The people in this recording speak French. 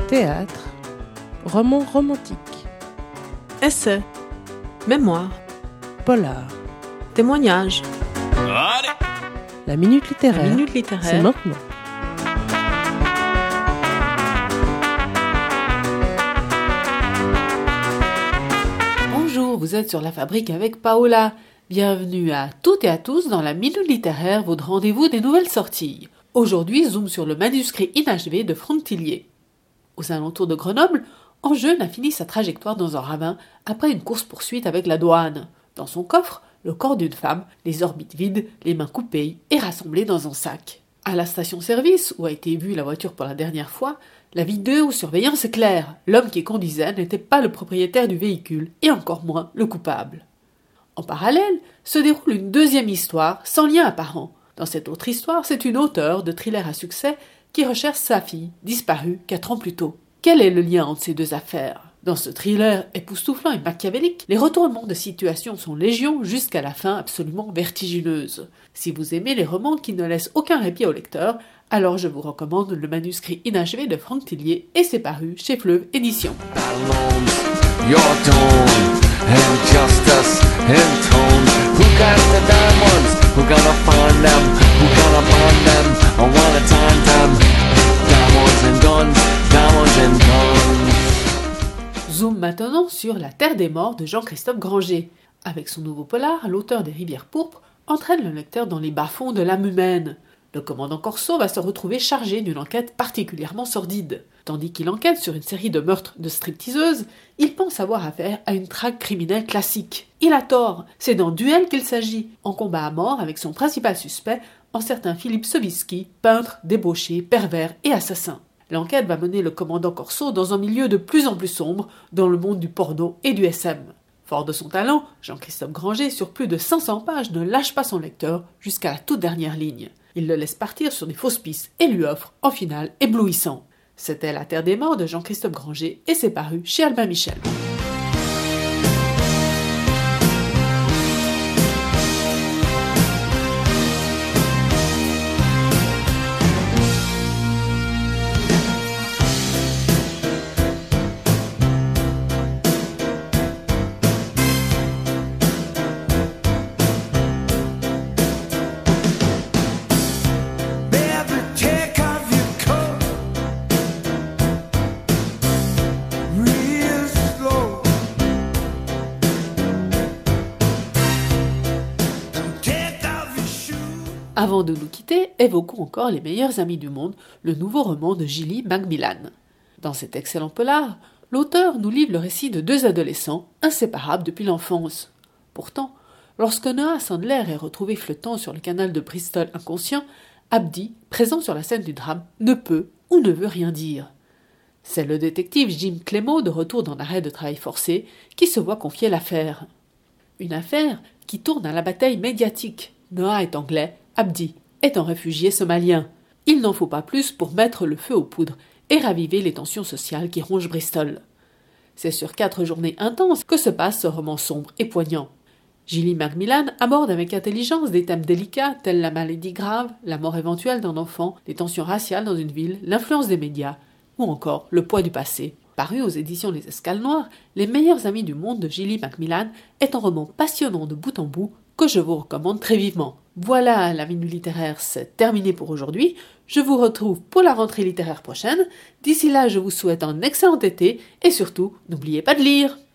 Théâtre, roman romantique, Essai, mémoire, polar. témoignage. La minute littéraire, La minute littéraire. c'est maintenant. Bonjour, vous êtes sur La Fabrique avec Paola. Bienvenue à toutes et à tous dans la minute littéraire, votre rendez-vous des nouvelles sorties. Aujourd'hui, zoom sur le manuscrit inachevé de Franck Tillier. Aux alentours de Grenoble, un jeune a fini sa trajectoire dans un ravin après une course-poursuite avec la douane. Dans son coffre, le corps d'une femme, les orbites vides, les mains coupées et rassemblées dans un sac. À la station-service, où a été vue la voiture pour la dernière fois, la vidéosurveillance est claire. L'homme qui conduisait n'était pas le propriétaire du véhicule, et encore moins le coupable. En parallèle, se déroule une deuxième histoire, sans lien apparent. Dans cette autre histoire, c'est une auteure de thriller à succès qui recherche sa fille, disparue 4 ans plus tôt. Quel est le lien entre ces deux affaires ? Dans ce thriller époustouflant et machiavélique, les retournements de situation sont légion jusqu'à la fin absolument vertigineuse. Si vous aimez les romans qui ne laissent aucun répit au lecteur, alors je vous recommande le manuscrit inachevé de Franck Tillier et c'est paru chez Fleuve Éditions. Your tone and justice and tone. Who got the diamonds? Who gonna find them? Who gonna find them? I wanna time them. Diamonds and guns, diamonds and guns. Zoom maintenant sur La Terre des Morts de Jean-Christophe Granger. Avec son nouveau polar, l'auteur des Rivières pourpres entraîne le lecteur dans les bas-fonds de l'âme humaine. Le commandant Corso va se retrouver chargé d'une enquête particulièrement sordide. Tandis qu'il enquête sur une série de meurtres de stripteaseuses, il pense avoir affaire à une traque criminelle classique. Il a tort, c'est d'un duel qu'il s'agit, en combat à mort avec son principal suspect, un certain Philippe Sowiski, peintre, débauché, pervers et assassin. L'enquête va mener le commandant Corso dans un milieu de plus en plus sombre, dans le monde du porno et du SM. Fort de son talent, Jean-Christophe Granger, sur plus de 500 pages, ne lâche pas son lecteur jusqu'à la toute dernière ligne. Il le laisse partir sur des fausses pistes et lui offre, en finale, éblouissant. C'était La Terre des Morts de Jean-Christophe Granger et c'est paru chez Albin Michel. Baby, take off your coat real slow and take off your shoes. Avant de nous quitter, évoquons encore Les meilleurs amis du monde, le nouveau roman de Gilly Macmillan. Dans cet excellent polar, l'auteur nous livre le récit de 2 adolescents, inséparables depuis l'enfance. Pourtant, lorsque Noah Sandler est retrouvé flottant sur le canal de Bristol inconscient, Abdi, présent sur la scène du drame, ne peut ou ne veut rien dire. C'est le détective Jim Clément, de retour d'un arrêt de travail forcé, qui se voit confier l'affaire. Une affaire qui tourne à la bataille médiatique. Noah est anglais, Abdi est un réfugié somalien. Il n'en faut pas plus pour mettre le feu aux poudres et raviver les tensions sociales qui rongent Bristol. C'est sur 4 journées intenses que se passe ce roman sombre et poignant. Gilly Macmillan aborde avec intelligence des thèmes délicats tels la maladie grave, la mort éventuelle d'un enfant, les tensions raciales dans une ville, l'influence des médias ou encore le poids du passé. Paru aux éditions Les Escales Noires, Les meilleurs amis du monde de Gilly Macmillan est un roman passionnant de bout en bout que je vous recommande très vivement. Voilà, la minute littéraire, c'est terminé pour aujourd'hui. Je vous retrouve pour la rentrée littéraire prochaine. D'ici là, je vous souhaite un excellent été et surtout, n'oubliez pas de lire.